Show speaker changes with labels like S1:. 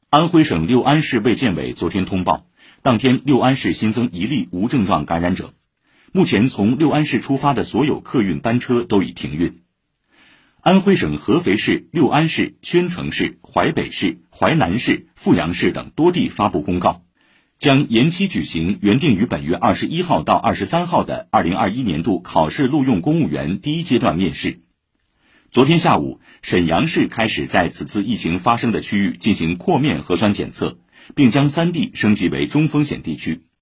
S1: 安徽省六安市卫健委昨天通报，当天六安市新增1例无症状感染者。目前从六安市出发的所有客运班车都已停运。安徽省合肥市、六安市、宣城市、淮北市、淮南市、阜阳市等多地发布公告，将延期举行原定于本月21号到23号的2021年度考试录用公务员第一阶段面试。昨天下午，沈阳市开始在此次疫情发生的区域进行扩面核酸检测，并将3地升级为中风险地区。